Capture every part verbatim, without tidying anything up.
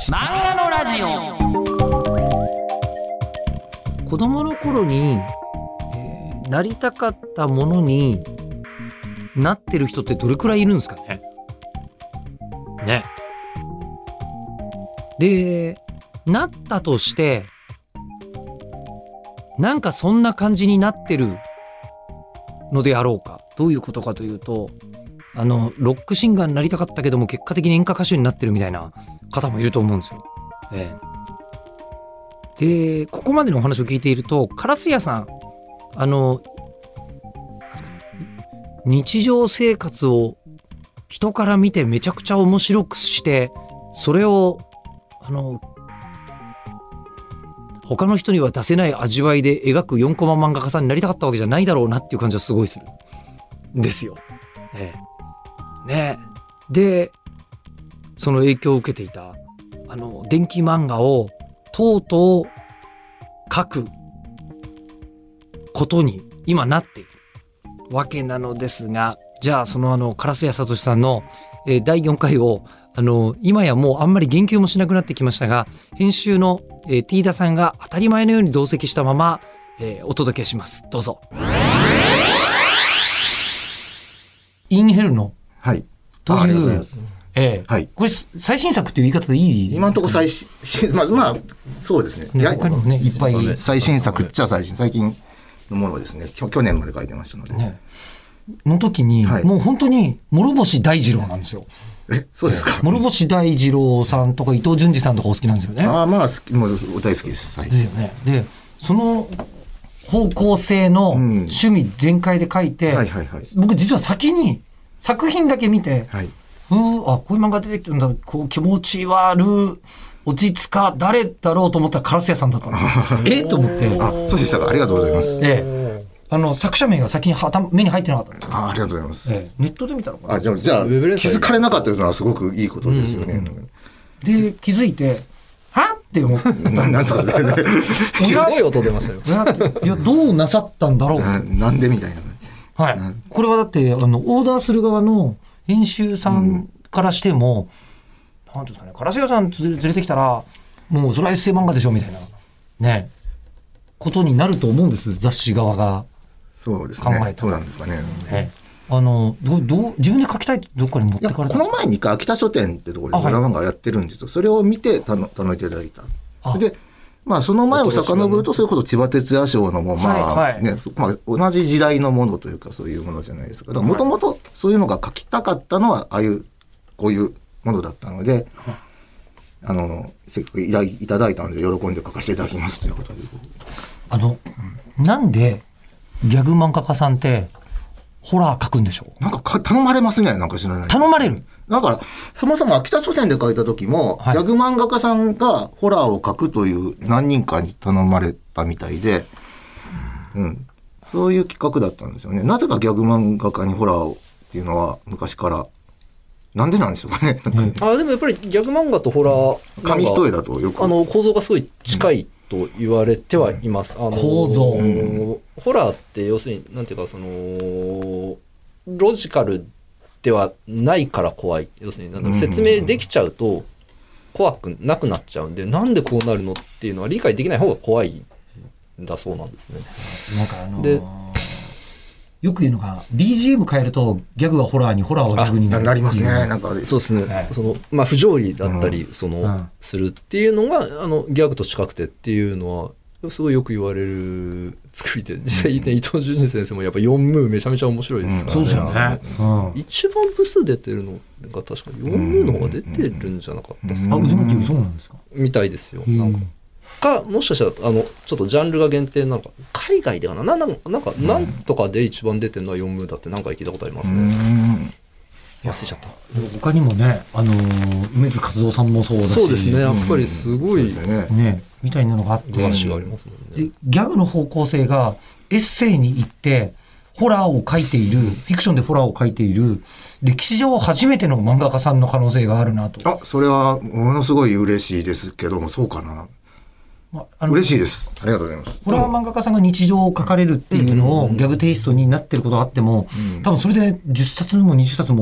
漫画のラジオ。子供の頃に、えー、なりたかったものになってる人ってどれくらいいるんですかね。ね。で、なったとしてなんかそんな感じになってるのであろうか。どういうことかというと、あのロックシンガーになりたかったけども結果的に演歌歌手になってるみたいな方もいると思うんですよ。ええ、でここまでのお話を聞いていると、カラス屋さん、あの日常生活を人から見てめちゃくちゃ面白くして、それをあの他の人には出せない味わいで描くよんコマ漫画家さんになりたかったわけじゃないだろうなっていう感じはすごいするんですよ。ええね、でその影響を受けていたあの電気漫画をとうとう書くことに今なっているわけなのですが、じゃあそのあの烏谷聡さんの、えー、だいよんかいをあの今やもうあんまり言及もしなくなってきましたが、編集の、えー、ティーダさんが当たり前のように同席したまま、えー、お届けします。どうぞ。インヘルのはいという、ええ、はい、これ最新作っていう言い方でいいですか？ 今のところ最新、まあ、まあ、そうですね。 ね、他にもね、いっぱい。 最新作っちゃ最新、最近のものですね。去年まで書いてましたので。ね、 の時に、はい、もう本当に諸星大二郎なんですよ。 え、そうですか。 諸星大二郎さんとか伊藤潤二さんとかお好きなんですよね。 ああ、まあ、好き、もう大好きです。はい、 ですよね。で、その方向性の趣味全開で書いて、うん、はいはいはい、僕実は先に作品だけ見て、はい、うーあ、こういう漫画出てきてるんだ、こう気持ち悪い、落ち着か、誰だろうと思ったら烏谷さんだったんですよ。えと思って。 あ、そうでしたか。ありがとうございます。 ええ、あの作者名が先には目に入ってなかったんですよ。 あ、ありがとうございます。 ええ、ネットで見たのかな。 あ、じゃあ、じゃあ気づかれなかったのはすごくいいことですよね。うんうん、 で気づいて、はって思ったんですよ。 なんすかね。 すごい音出ましたよ。 いや、どうなさったんだろう。 な, なんでみたいな。 はい、うん、これはだってあのオーダーする側の編集さんからしても、うん、なんていうんですかね、烏谷さん連れてきたらもうそれはエッセイ漫画でしょみたいなねことになると思うんです、雑誌側が。 そうですね。そうなんですかね。 ね、あのどどう自分で書きたいってどっかに持ってかれたんですか？ この前に一回秋田書店ってところでドラマがやってるんですよ。それを見て頼んでいただいた。で、まあ、その前を遡ると、それこそ千葉哲也賞のも、まあ、はいはい、ね、まあ、同じ時代のものというか、そういうものじゃないですか。もともとそういうのが書きたかったのは、ああいう、こういうものだったので、あの、せっかく依頼いただいたので、喜んで書かせていただきますということで。 あの、うん、なんで、ギャグ漫画家さんって、ホラー書くんでしょう？ なんかか頼まれますね、なんか知らない。 頼まれる？ だからそもそも秋田書店で書いた時も、はい、ギャグ漫画家さんがホラーを書くという何人かに頼まれたみたいで、うん、そういう企画だったんですよね。なぜかギャグ漫画家にホラーをっていうのは昔からなんでなんでしょうかね。 あ、でもやっぱりギャグ漫画とホラー紙一重だとよくあの構造がすごい近いと言われてはいます。 うん、あの構造、うん、ホラーって要するになんていうかそのロジカルではないから怖い。要するになんだろう、説明できちゃうと怖くなくなっちゃうんで、なんでこうなるのっていうのは理解できない方が怖いんだそうなんですね。 なんかあのー、でよく言うのが ビージーエム 変えるとギャグはホラーにホラーはギャグになる。 なりますね。なんかそうですね。はい、そのまあ不条理だったり、うん、その、うん、するっていうのがあのギャグと近くてっていうのは。すごいよく言われる作りで、実際ね、伊藤潤二先生もやっぱよんムーめちゃめちゃ面白いですからね。 そうですよね。 うん、一番部数出てるのが確かよんムーの方が出てるんじゃなかったですか。 あ、渦巻きそうなんですか。 みたいですよ。なんかかもしかしたらあのちょっとジャンルが限定なのか、海外ではな、ななんかなんかなんとかで一番出てるのはよんムーだって何回聞いたことありますね。忘れちゃった。 他にもね、あの梅津和夫さんもそうだし、 そうですね。やっぱりすごい、うん、 ねみたいなのがあって、 話がありますもんね。 でギャグの方向性がエッセイに行ってホラーを書いている、フィクションでホラーを書いている歴史上初めての漫画家さんの可能性があるなと。 あ、それはものすごい嬉しいですけども、そうかな。まあ、あの嬉しいです。ありがとうございます。 ホラー漫画家さんが日常を書かれるっていうのをギャグテイストになってることがあっても、うん、多分それでじゅっさつもにじゅっさつも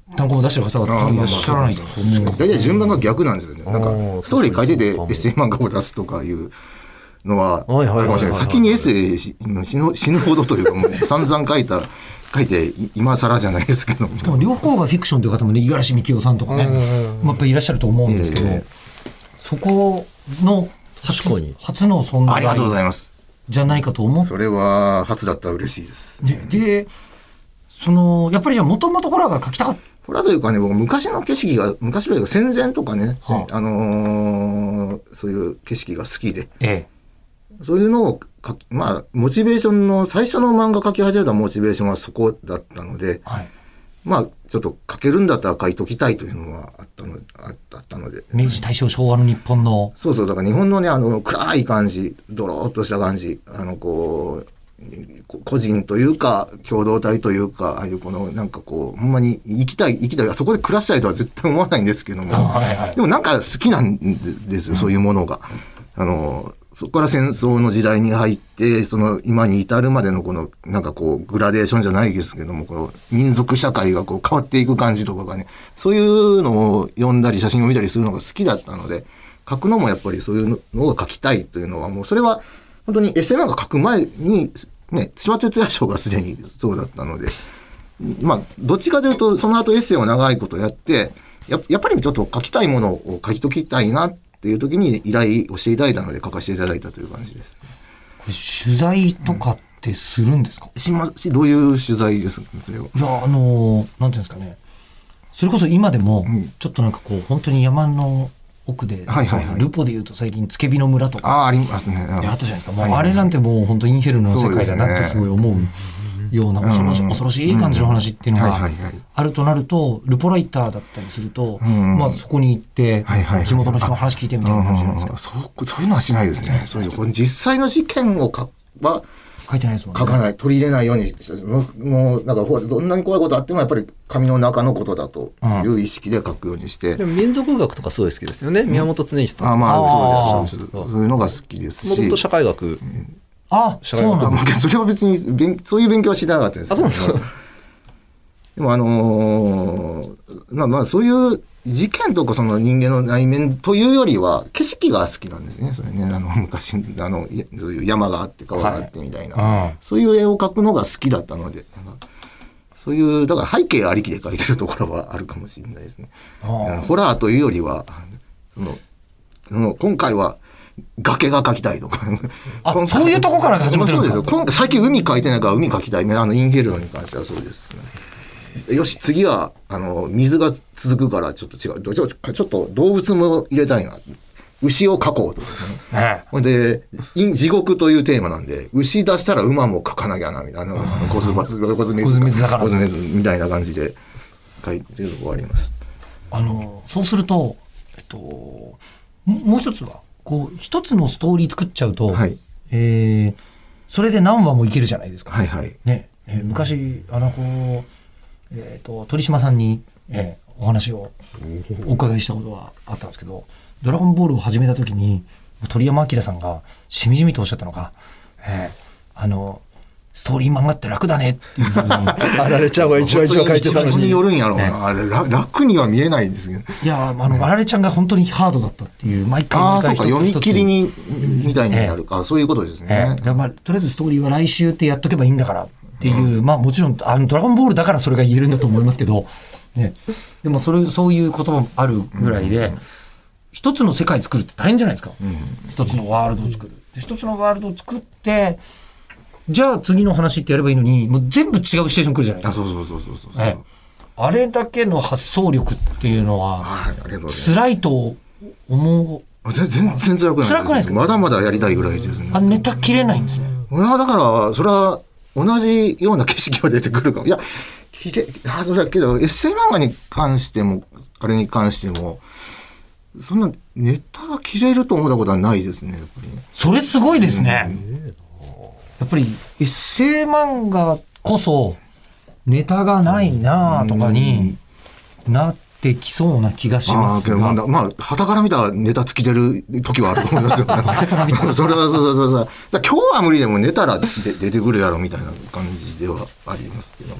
単行本出してる方がいらっしゃらないと思う。 大体順番が逆なんですよね。なんかストーリー書いててエッセイ漫画を出すとかいうのはあるかもしれない。先にエッセイ死ぬ、死ぬほどというかもう散々書いた書いて今更じゃないですけども。 しかも両方がフィクションという方もね、五十嵐美樹夫さんとかね、やっぱりいらっしゃると思うんですけど、えー、そこの初初の存在。 ありがとうございます。 じゃないかと思って。 それは初だったら嬉しいです。 で、でそのやっぱりじゃあもともとホラーが描きたかった。 ホラーというかね、僕昔の景色が、昔というか戦前とかね、はあ、あのー、そういう景色が好きで、ええ、そういうのをか、まあ、モチベーションの、最初の漫画描き始めたモチベーションはそこだったので、はい、まあ、ちょっと描けるんだったら描いときたいというのはあったの、あったので。 明治大正昭和の日本の。 そうそう、だから日本のね、あの、暗い感じ、ドローっとした感じ、あの、こう、個人というか共同体というか、ああいうこのなんかこうほんまに生きたい生きたいそこで暮らしたいとは絶対思わないんですけども、はいはい、でもなんか好きなんですよ、そういうものが。あのそこから戦争の時代に入ってその今に至るまでのこのなんかこうグラデーションじゃないですけども、この民族社会がこう変わっていく感じとかがね、そういうのを読んだり写真を見たりするのが好きだったので、書くのもやっぱりそういうのを書きたいというのはもうそれは本当にエッセイ漫画書く前にね、千葉哲也賞がすでにそうだったので、まあどっちかというとその後エッセイを長いことやってや、やっぱりちょっと書きたいものを書きときたいなっていう時に依頼をしていただいたので書かせていただいたという感じです。 これ取材とかってするんですか？ うん、しますし、どういう取材ですかそれは。 いや、あのなんていうんですかね、それこそ今でもちょっとなんかこう本当に山の奥で、はいはいはい、ルポでいうと最近つけびの村とかあ, ありますね、あったじゃないですか、もうあれなんてもう本当インフェルノの世界だなってすごい思うような恐ろし、恐ろしい感じの話っていうのがあるとなると、ルポライターだったりすると、うんまあ、そこに行って地元の人の話聞いてみたいな感じじゃないですか。 そうそういうのはしないですね。そういう実際の事件を書は書いてないですもんね。 書かない、取り入れないように、もうなんかどんなに怖いことあってもやっぱり紙の中のことだという意識で書くようにして、うん、 でも民族学とかすごい好きですよね、うん、宮本恒一さん。 あ、まあそうです、そういうのが好きですし、 もともと社会学、うん、 あ、そうなんだ。 それは別に勉そういう勉強はしなかったです。 あ、そうなんですか。 でもあのー、まあまあそういう事件とかその人間の内面というよりは景色が好きなんですね。それね、あの昔あのそういう山があって川があってみたいな、はい、そういう絵を描くのが好きだったので、なんかそういうだから背景ありきで描いてるところはあるかもしれないですね。ホラーというよりはそのその今回は崖が描きたいとかあそういうとこから始まってるんですか。 そうですよ。今最近海描いてないから海描きたいね。あのインフェルノに関してはそうですね。よし次はあの水が続くからちょっと違うちょちょっと動物も入れたいな、牛を描こうとかね。ほんで地獄というテーマなんで牛出したら馬も描かなきゃなみたいな、コズバスコズメズコズメズみたいな感じで描いてるとこあります。 あのそうすると、えっと、もう一つはこう一つのストーリー作っちゃうと、はいえー、それで何話もいけるじゃないですか。 はいはいねえー、昔あのこうえー、と鳥島さんに、えー、お話をお伺いしたことがあったんですけど、ドラゴンボールを始めた時に鳥山明さんがしみじみとおっしゃったのが、えー、あのストーリー漫画って楽だねっていうふうにあられちゃんは一話一話書いてたのにによるんやろうな、ね、あれ楽には見えないんですけど、 いやあの、うん、あられちゃんが本当にハードだったっていう毎回毎回一つ一つ、 あそうか読み切りにみたいになるか、えー、そういうことですね、 えー、だからまあ、とりあえずストーリーは来週ってやっとけばいいんだからっていう、うん、まあもちろんあのドラゴンボールだからそれが言えるんだと思いますけど、ね、でもそれそういう言葉もあるぐらいで、うん、一つの世界作るって大変じゃないですか、うん、一つのワールドを作るで一つのワールドを作ってじゃあ次の話ってやればいいのにもう全部違うシチュエーション来るじゃないですか。 あ、そうそうそうそうそう、ね、 あれだけの発想力っていうのは辛いと思う。 全然辛くないです。辛くないですか。まだまだやりたいぐらいですね。 あ、ネタ切れないんですね。 いやだからそれは同じような景色が出てくるかも。いや、ひであそうだけどエッセイ漫画に関してもあれに関してもそんなネタが切れると思ったことはないですね。やっぱりねそれすごいですね。うん、やっぱりエッセイ漫画こそネタがないなとかになってきそうな気がしますが、 あまあ傍から見たらネタ尽きてる時はあると思いますよ。傍から見たらそれはそうそうそうそう。だ今日は無理でも寝たらで出てくるやろみたいな感じではありますけども。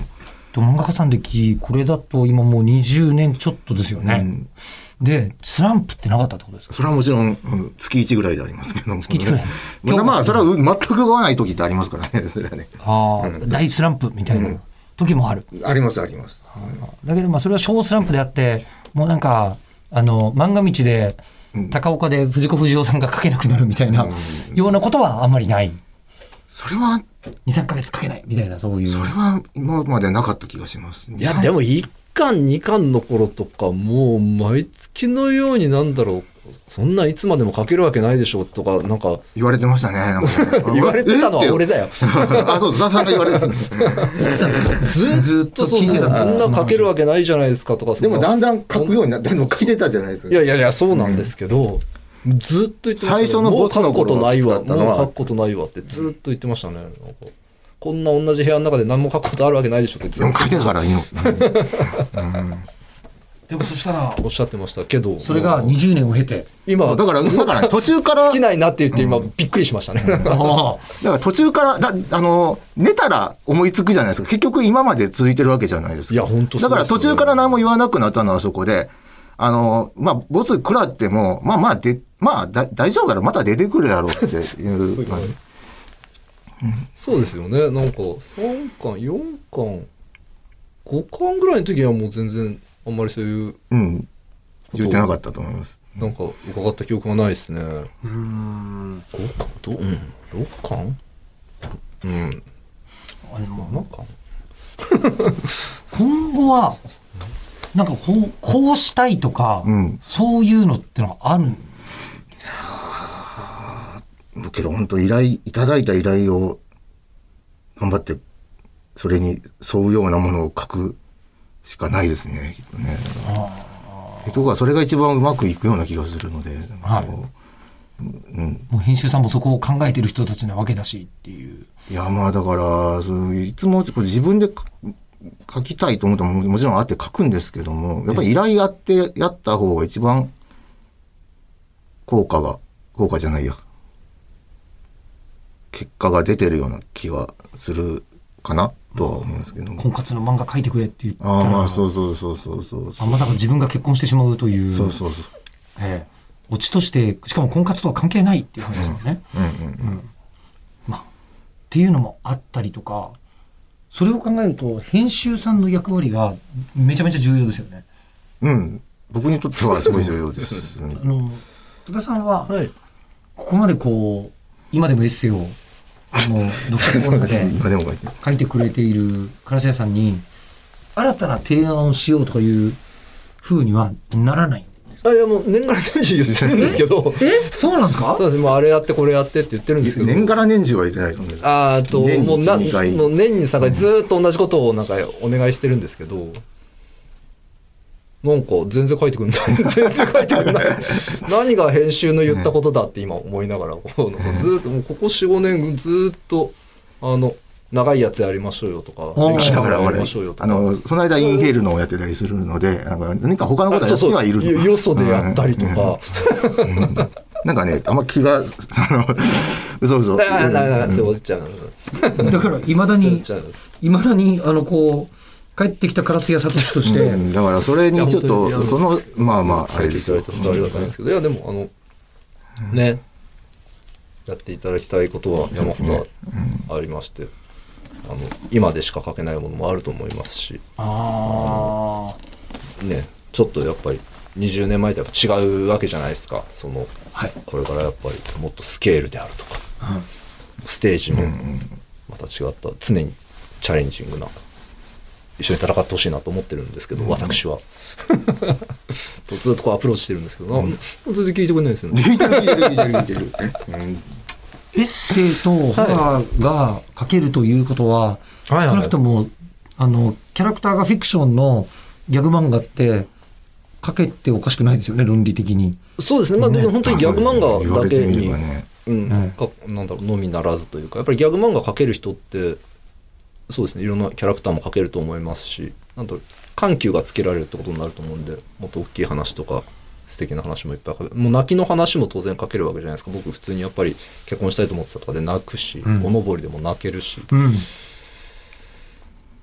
と漫画家さん歴これだと今もうにじゅうねんちょっとですよね、うん、でスランプってなかったってことですか？ それはもちろん、うん、月いちぐらいでありますけども、 月いちぐらいまあそれは全く動かない時ってありますからね。それはね、 あ、うん、大スランプみたいな時もある、 うん、ありますあります。 だけどまあそれは小スランプであって、もうなんかあの漫画道で高岡で藤子不二雄さんが描けなくなるみたいなようなことはあんまりない。 それはに、さんかげつ描けないみたいな、そういう。 それは今までなかった気がします。 いやでもいっかんにかんの頃とかもう毎月のようになんだろう、そんないつまでも描けるわけないでしょとかなんか言われてましたね。なんか言われてたのは俺だよ。 あ、そう、津田さんが言われてた。 ずっとそうそう、こんな描けるわけないじゃないですかとか。 でもだんだん描くようになっての書いてたじゃないですか。 いやいやいや、そうなんですけど、うん、ずっと言ってました、ね。最初のボツの頃はもう書くことないわ、もう書くことないわってずっと言ってましたね。なんかこんな同じ部屋の中で何も書くことあるわけないでしょってずっと書いてたからいいの。 うんでもそしたらおっしゃってましたけど、 それがにじゅうねんを経て今だからだから途中から好きないなって言って今びっくりしましたね。だから途中からだあの寝たら思いつくじゃないですか。結局今まで続いてるわけじゃないですか。 いや本当そうですね。 だから途中から何も言わなくなったのはそこで、あのまあボツ食らってもまあまあでまあだ大丈夫だろう、また出てくるだろうっていう。 そうですよね。なんかさんかんよんかんごかんぐらいの時はもう全然あんまりそういう、 うん、言ってなかったと思います。 なんか伺った記憶がないですね。うーん、ごかんど、うん、ろっかん、うん、あれもなかん今後はなんかこう、こうしたいとか、うん、そういうのってのはあるんですか？ けど本当依頼いただいた依頼を頑張ってそれに沿うようなものを書くしかないですね。きっとね。結局はそれが一番うまくいくような気がするので、はい、 うん、もう編集さんもそこを考えてる人たちなわけだしっていう。 いやまあだからそのいつも自分で書きたいと思ってももちろんあって書くんですけども、やっぱり依頼やってやった方が一番効果が効果じゃないや結果が出てるような気はするかなとは思いますけども。 婚活の漫画書いてくれって言ったら、 あまあそうそうそうそうそうあまさか自分が結婚してしまうという、 そうそうそう、 ええ、オチとしてしかも婚活とは関係ないっていう話ですもんね。うんうんうんうん、まあっていうのもあったりとか、それを考えると編集さんの役割がめちゃめちゃ重要ですよね。 うん、僕にとってはすごい重要です。 あの戸田さんは、はい、ここまでこう今でもエッセイをもう読者コーナーで書いてくれている烏谷さんに新たな提案をしようとかいう風にはならない。 あ、いやもう年がら年中言ってるんですけどえそうなんですか？ そうです。もうあれやってこれやってって言ってるんですけど、 年がら年中は言ってないと思う。 あともうなもう年にさんかいずっと同じことをなんかお願いしてるんですけど、なんか全然書いてくんない全然書いてくんない何が編集の言ったことだって今思いながら、こうなんかずっともうここ よん,ご 年ずっとあの長いやつやりましょうよとか歴史からやりましょうよとか、 あのその間インヘールのをやってたりするので、なんか何か他のことやってはいるの。 そうそうよそでやったりとか、 うんうん、なんかねあんま気があの嘘嘘だからだからそう落ちちゃうだからいまだにいまだにあのこう帰ってきた烏谷聡として、 うん、だからそれにちょっとそのまあまああれですよ。 ありがたいんですけど、いやでもあのね、うん、やっていただきたいことは山ほどありまして、あの今でしか書けないものもあると思いますし、ああね、ちょっとやっぱりにじゅうねんまえとやっぱ違うわけじゃないですか。その、はい、これからやっぱりもっとスケールであるとか、うん、ステージもまた違った常にチャレンジングな一緒に戦ってほしいなと思ってるんですけど、うん、私はとずっとこうアプローチしてるんですけど、うん、全然聞いてくれないですよね。 聞いてる聞いてる聞いてる聞いてる、うん、 エッセイとホラーが書けるということは、はい、少なくともあのキャラクターがフィクションのギャグ漫画って書けておかしくないですよね、論理的に。 そうですね、まあ別に本当にギャグ漫画だけに、ね、うん、はい、かなんだろうのみならずというか、やっぱりギャグ漫画書ける人ってそうですね、いろんなキャラクターも書けると思いますし、なんと緩急がつけられるってことになると思うんで、もっと大きい話とか素敵な話もいっぱい書ける。もう泣きの話も当然書けるわけじゃないですか。僕普通にやっぱり結婚したいと思ってたとかで泣くし、うん、おのぼりでも泣けるし、うん、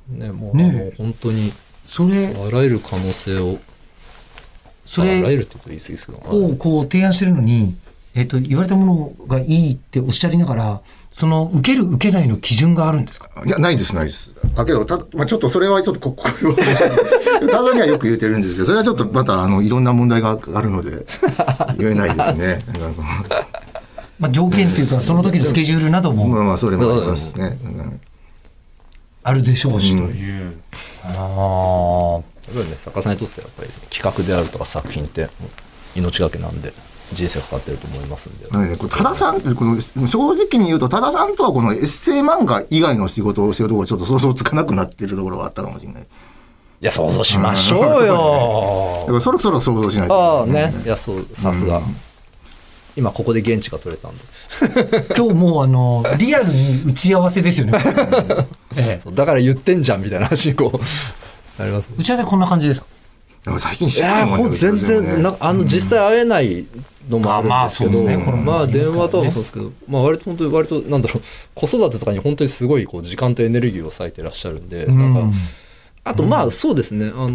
ね、もう、ね、もう本当にそれあらゆる可能性をそれあらゆるって言うと言い過ぎですけどをこう提案してるのに、えーと、言われたものがいいっておっしゃりながらその受ける受けないの基準があるんですか？ いやないですないです。だけどた、まあ、ちょっとそれはちょっとここタザにはよく言ってるんですけどそれはちょっとまたあのいろんな問題があるので言えないですね。 まあ条件というかその時のスケジュールなどもまあまあそれもありますね。うん、 あるでしょうしという。うん、 ああ。やっぱりね、作家さんにとってはやっぱり企画であるとか作品って命がけなんで人生かかってると思いますんで。 ね、多田さんこの正直に言うと多田さんとはこのエッセイ漫画以外の仕事をしてるところちょっと想像つかなくなってるところがあったかもしれない。いや想像しましょうよ。 だからそろそろ想像しないと。 ああね、いやそうさすが。うん、今ここで現地が取れたんで。 今日もうあのリアルに打ち合わせですよね。 ええ、だから言ってんじゃんみたいな話こう。あります。 打ち合わせこんな感じですか？ 最近知らないもんね。 全然なあの実際会えないのもあるんですけど、まあ、まあまあ電話とかもそうですけど、まあ割と本当に割となんだろう子育てとかに本当にすごいこう時間とエネルギーを割いてらっしゃるんで、うん、なんかあとまあそうですねあの、うん、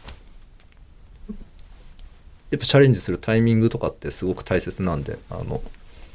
やっぱチャレンジするタイミングとかってすごく大切なんで、あの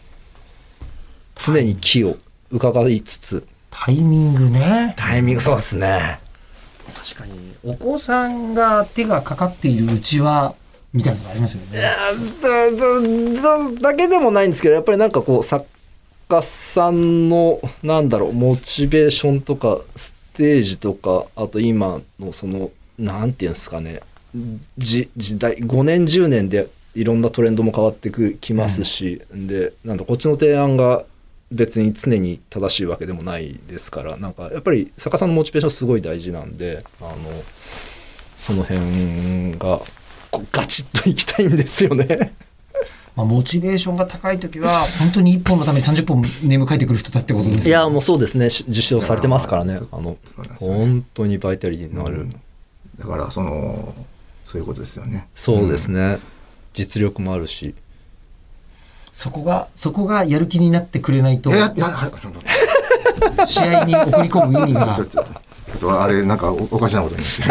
常に気を伺いつつ、 タイミングね。 タイミングそうですね。 確かにお子さんが手がかかっているうちはみたいなのがありますよね。いやだ, だ, だけでもないんですけどやっぱりなんかこう作家さんのなんだろうモチベーションとかステージとかあと今のそのなんていうんですかね時代ごねんじゅうねんでいろんなトレンドも変わってきますし、うん、でなんだこっちの提案が別に常に正しいわけでもないですからなんかやっぱり作家さんのモチベーションすごい大事なんであのその辺がこうガチッといきたいんですよね。 まあ、モチベーションが高いときは本当にいっぽんのためにさんじゅっぽんネーム書いてくる人だってことですね。 いやもうそうですね実施をされてますからねあの本当にバイタリティのある、うん、 だからそのそういうことですよね。 そうですね、うん、実力もあるしそこがそこがやる気になってくれないといやいや試合に送り込む意味がちょっとちょっとあれなんか お, おかしなことにな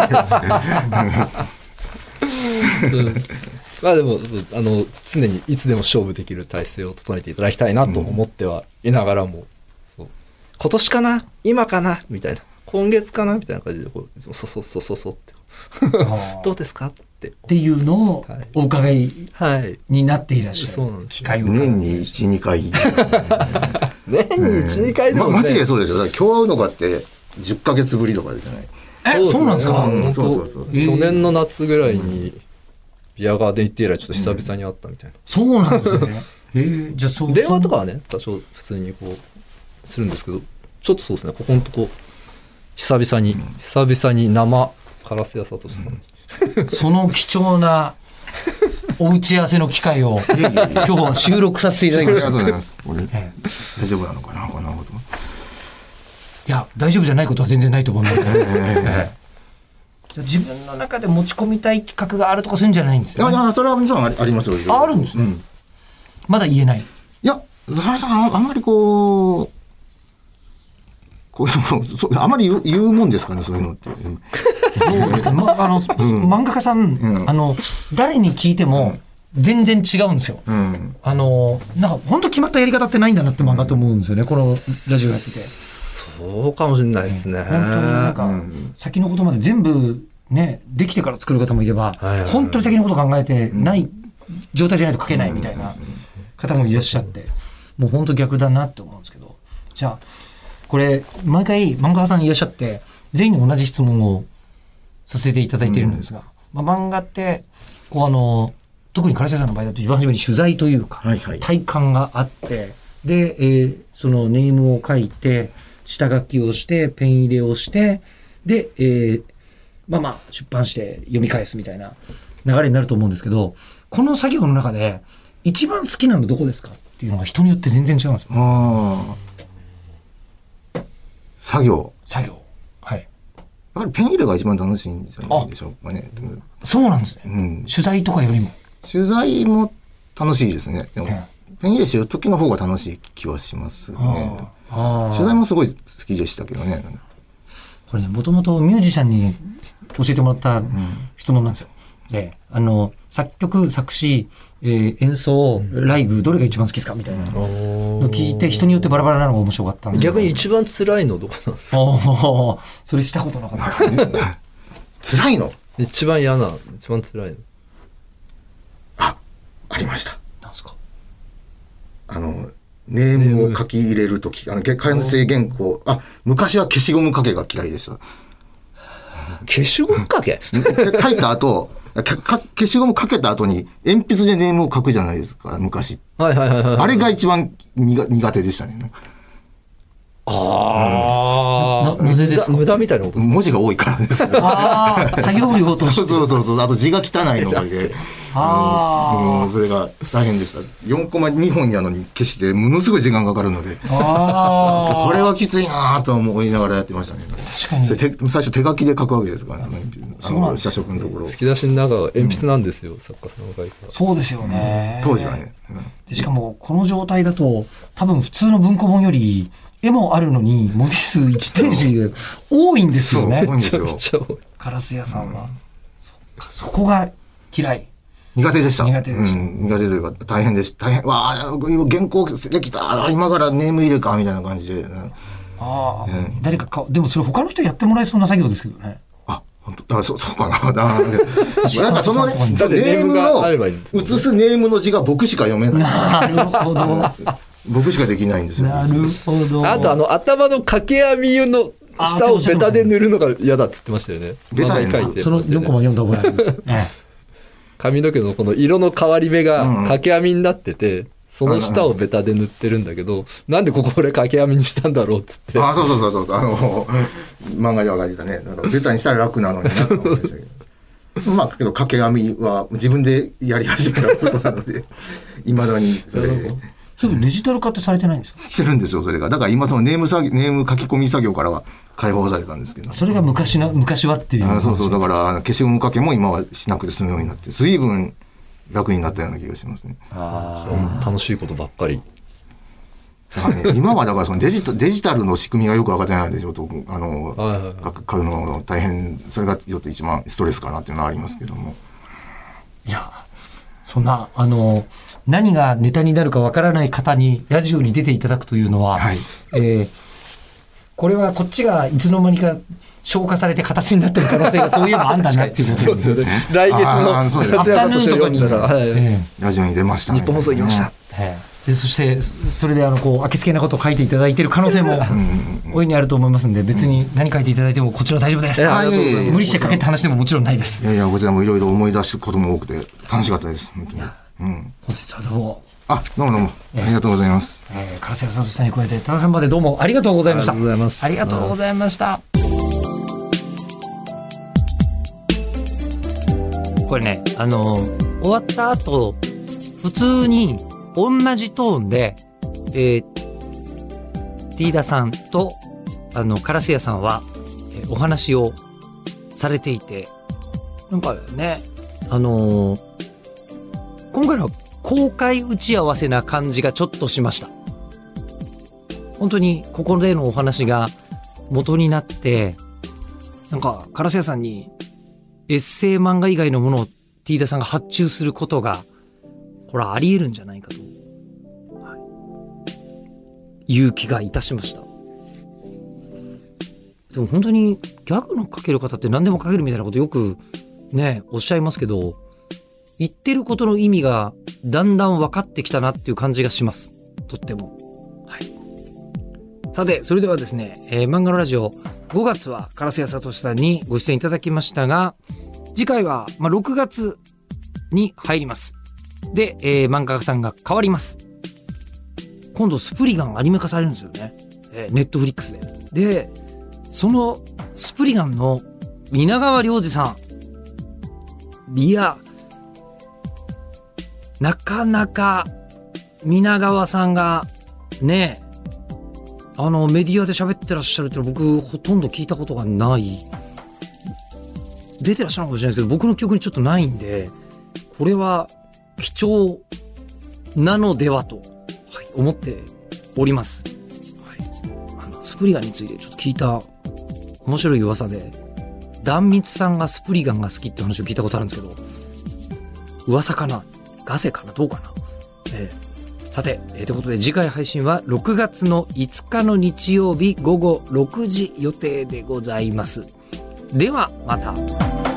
ってる、うん、 まあでもあの常にいつでも勝負できる体制を整えていただきたいなと思ってはいながらも、うん、そう今年かな今かなみたいな今月かなみたいな感じでこうそそそそそってどうですかってっていうのをお伺いになっていらっしゃる、 はい、そうなんです、 ね、年にいち、にかい年にいち、にかいでもね、 ま、マジでそうでしょ。だから今日会うのかってじゅっかげつぶりとかじゃない。 え、そうなんですか、 うん、そうそうそう、 去年の夏ぐらいにビアガーデン行って以来ちょっと久々に会ったみたいな、うん、 そうなんですねえー、じゃあそう電話とかはね多少普通にこうするんですけどちょっとそうですねここのとこ久々に、うん、久々に生烏谷聡さんに、 うん、その貴重なお打ち合わせの機会を今日は収録させていただきました。 ありがとうございます。俺、ええ、大丈夫なのかなこんなこと。 いや大丈夫じゃないことは全然ないと思いますね、ええ、じゃあ自分の中で持ち込みたい企画があるとかそういうんじゃないんですよ、ね、 いやいやそれはもちろんありますよ。 あるんですね、うん、まだ言えない。 いやあんまりこうこういうのそあまり 言う, 言うもんですかねそういうのってそうですか、まあ、あの、うん、漫画家さん、うん、あの誰に聞いても全然違うんですよ、うん、あのなんか本当決まったやり方ってないんだなって漫画と思うんですよね、うん、このラジオやってて。 そうかもしれないですね、 うん、本当になんか、うん、先のことまで全部ねできてから作る方もいれば、はいはいはい、本当に先のこと考えてない状態じゃないと書けないみたいな方もいらっしゃって、もう本当逆だなって思うんですけど、じゃあこれ毎回漫画家さんいらっしゃって全員に同じ質問をさせていただいているんですが、うんまあ、漫画ってこうあの特に唐瀬さんの場合だと一番初めに取材というか、はいはい、体感があってで、えー、そのネームを書いて下書きをしてペン入れをしてで、えー、まあまあ出版して読み返すみたいな流れになると思うんですけど、この作業の中で一番好きなのどこですかっていうのが人によって全然違うんですよ。 あ作業作業はいやっぱりペン入れが一番楽しいんじゃないでしょうかね。 そうなんですね、うん、取材とかよりも取材も楽しいですね。でも、うん、ペン入れしてる時の方が楽しい気はしますね。ああ取材もすごい好きでしたけどね。 これね、もともとミュージシャンに教えてもらった質問なんですよ。で、あの、作曲、作詞、えー、演奏、ライブ、どれが一番好きですかみたいなの聞いて、人によってバラバラなのが面白かったんですけど。 逆に一番辛いのどこなんですか？ おそれしたことなかった。 辛いの？ 一番嫌な、一番辛いの。 あ、ありました。 なんですか？ あの、ネームを書き入れるとき、あの、完成原稿、あ、昔は消しゴムかけが嫌いでした。 消しゴムかけ？ 書いた後、消しゴムかけた後に鉛筆でネームを書くじゃないですか、昔。 はいはいはいはい。 あれが一番苦手でしたね。 ああ、 なぜですか？ 無駄みたいなことですか？ 文字が多いからです。 ああ、作業量として。 そうそうそう、あと字が汚いので、ああ、それが大変でした。よんコマにほんやのに消してものすごい時間かかるので、あこれはきついなと思いながらやってましたね。 確かに。 それ手最初手書きで書くわけですからね。あの社食のところ。 吹き出しの中が鉛筆なんですよ、うん、作家さんが書いた。 そうですよね。 当時はね。 うん、でしかもこの状態だと多分普通の文庫本より絵もあるのに文字数いちページで多いんですよね。 多いんですよ。 烏谷さんは、うん、そ, そこが嫌い。 苦手でした。 苦手でした。 うん、苦手というか大変でした。大変。わあ、原稿できた。今からネーム入れかみたいな感じで。うん、 ああ、うん、誰かかでもそれ他の人やってもらえそうな作業ですけどね。 あ、本当だからそそうかな。だなんかそのね、ネームの写すネームの字が僕しか読めない。 なるほど。 僕しかできないんですよ。 なるほど。 あとあの頭の掛け網の下をベタで塗るのが嫌だっつってましたよね。 ベタに書いて、そのよんコマ読んだ覚えあります。ええ、 髪の毛のこの色の変わり目が掛け網になってて、うん、その下をベタで塗ってるんだけど、なんでここ俺掛け網にしたんだろうっつって。 あ、そうそうそうそう、あの漫画では書いてたね。ベタにしたら楽なのになと思いましたけど。まあけど掛け網は自分でやり始めたことなので、いまだにそれで。 それデジタル化ってされてないんですか？ してるんですよ、それが。だから今そのネーム作業、ネーム書き込み作業からは解放されたんですけど。 それが昔な、昔はっていう。 あ、そうそう、だから消しゴムかけも今はしなくて済むようになって、随分楽になったような気がしますね。 ああ、楽しいことばっかり。 だからね、今はだからそのデジタ、デジタルの仕組みがよく分かってないんで、ちょっとあの、はいはいはい、書くの大変、それがちょっと一番ストレスかなっていうのはありますけども。 いや、そんなあの何がネタになるかわからない方にラジオに出ていただくというのは、はい、えー、これはこっちがいつの間にか消化されて形になってる可能性がそういえばあんだなっていうことですよね。 来月のアフタヌーンとかに、はいえー、ラジオに出ましたね。 日本放送行きました。 えーでそしてそれであのこうあけつけなことを書いていただいている可能性も大いにあると思いますんで、別に何書いていただいてもこちら大丈夫です。無理して書けって話でももちろんないです。 いやいや、こちらもいろいろ思い出すことも多くて楽しかったです。本当に。うん、 本日はどうも。 あ、どうもどうも、えー、ありがとうございます。 えー、烏谷聡さんに加えて多田さんまでどうもありがとうございました。 ありがとうございます。 ありがとうございました。これね、あのー、終わった後普通に同じトーンでえー、ティーダさんとあの烏谷さんは、えー、お話をされていて、なんかね、あのー、今回の公開打ち合わせな感じがちょっとしました。本当にここでのお話が元になって、なんか烏谷さんにエッセイ漫画以外のものをティーダさんが発注することがこれありえるんじゃないかという気がいたしました。でも本当にギャグの書ける方って何でも書けるみたいなことよくねおっしゃいますけど、言ってることの意味がだんだん分かってきたなっていう感じがします。とっても。はい。さてそれではですね、えー、漫画のラジオごがつは烏谷聡さんにご出演いただきましたが、次回はまあろくがつに入ります。で、えー、漫画家さんが変わります。今度スプリガンアニメ化されるんですよね、えー、ネットフリックスで。でそのスプリガンの蜷川亮次さん、いやなかなか蜷川さんがね、あのメディアで喋ってらっしゃるって僕ほとんど聞いたことがない、出てらっしゃるかもしれないですけど僕の記憶にちょっとないんで、これは貴重なのではと思っております。はい、あのスプリガンについてちょっと聞いた面白い噂で壇蜜さんがスプリガンが好きって話を聞いたことあるんですけど、噂かなガセかなどうかな、えー、さて、えー、ということで次回配信はろくがつのいつかの日曜日午後ろくじ予定でございます。ではまた。